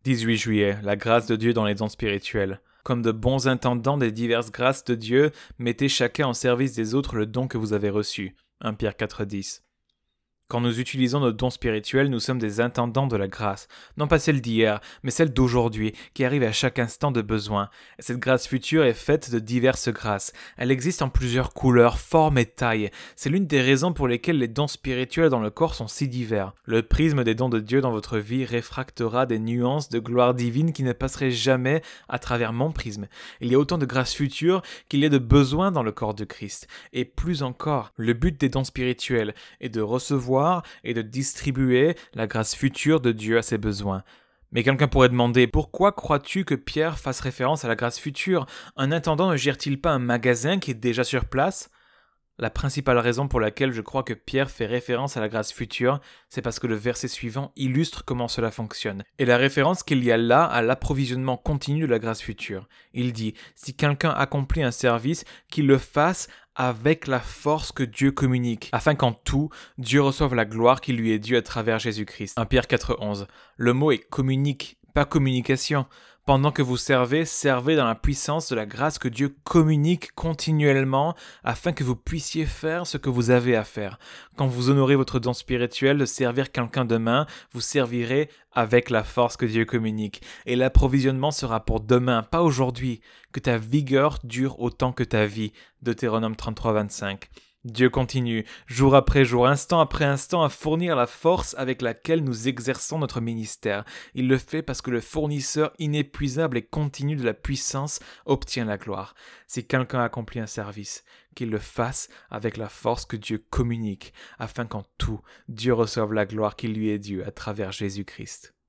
18 juillet, la grâce de Dieu dans les dons spirituels. Comme de bons intendants des diverses grâces de Dieu, mettez chacun en service des autres le don que vous avez reçu. 1 Pierre 4,10. Quand nous utilisons nos dons spirituels, nous sommes des intendants de la grâce, non pas celle d'hier, mais celle d'aujourd'hui, qui arrive à chaque instant de besoin. Et cette grâce future est faite de diverses grâces. Elle existe en plusieurs couleurs, formes et tailles. C'est l'une des raisons pour lesquelles les dons spirituels dans le corps sont si divers. Le prisme des dons de Dieu dans votre vie réfractera des nuances de gloire divine qui ne passeraient jamais à travers mon prisme. Il y a autant de grâces futures qu'il y a de besoins dans le corps de Christ. Et plus encore, le but des dons spirituels est de recevoir et de distribuer la grâce future de Dieu à ses besoins. Mais quelqu'un pourrait demander, pourquoi crois-tu que Pierre fasse référence à la grâce future? Un intendant ne gère-t-il pas un magasin qui est déjà sur place? La principale raison pour laquelle je crois que Pierre fait référence à la grâce future, c'est parce que le verset suivant illustre comment cela fonctionne. Et la référence qu'il y a là à l'approvisionnement continu de la grâce future. Il dit, si quelqu'un accomplit un service, qu'il le fasse avec la force que Dieu communique, afin qu'en tout, Dieu reçoive la gloire qui lui est due à travers Jésus-Christ. 1 Pierre 4,11. Le mot est communique, pas communication. Pendant que vous servez, servez dans la puissance de la grâce que Dieu communique continuellement afin que vous puissiez faire ce que vous avez à faire. Quand vous honorez votre don spirituel de servir quelqu'un demain, vous servirez avec la force que Dieu communique. Et l'approvisionnement sera pour demain, pas aujourd'hui. Que ta vigueur dure autant que ta vie. Deutéronome 33, 25. Dieu continue, jour après jour, instant après instant, à fournir la force avec laquelle nous exerçons notre ministère. Il le fait parce que le fournisseur inépuisable et continu de la puissance obtient la gloire. Si quelqu'un accomplit un service, qu'il le fasse avec la force que Dieu communique, afin qu'en tout, Dieu reçoive la gloire qui lui est due à travers Jésus-Christ.